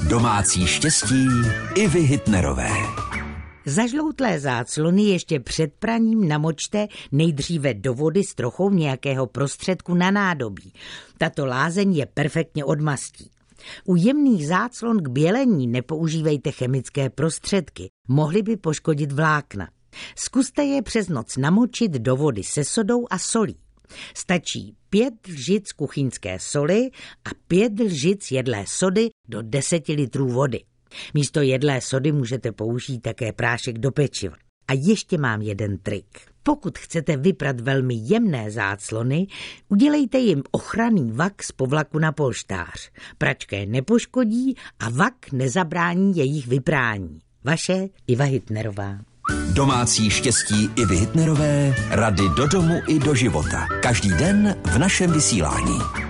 Domácí štěstí Ivy Hitnerové. Zažloutlé záclony ještě před praním namočte nejdříve do vody s trochou nějakého prostředku na nádobí. Tato lázeň je perfektně odmastí. U jemných záclon k bělení nepoužívejte chemické prostředky, mohly by poškodit vlákna. Zkuste je přes noc namočit do vody se sodou a solí. Stačí 5 lžic kuchyňské soli a 5 lžic jedlé sody do 10 litrů vody. Místo jedlé sody můžete použít také prášek do pečiva. A ještě mám jeden trik. Pokud chcete vyprat velmi jemné záclony, udělejte jim ochranný vak z povlaku na polštář. Pračka je nepoškodí a vak nezabrání jejich vyprání. Vaše Iva Hitnerová. Domácí štěstí Ivy Hitnerové, rady do domu i do života. Každý den v našem vysílání.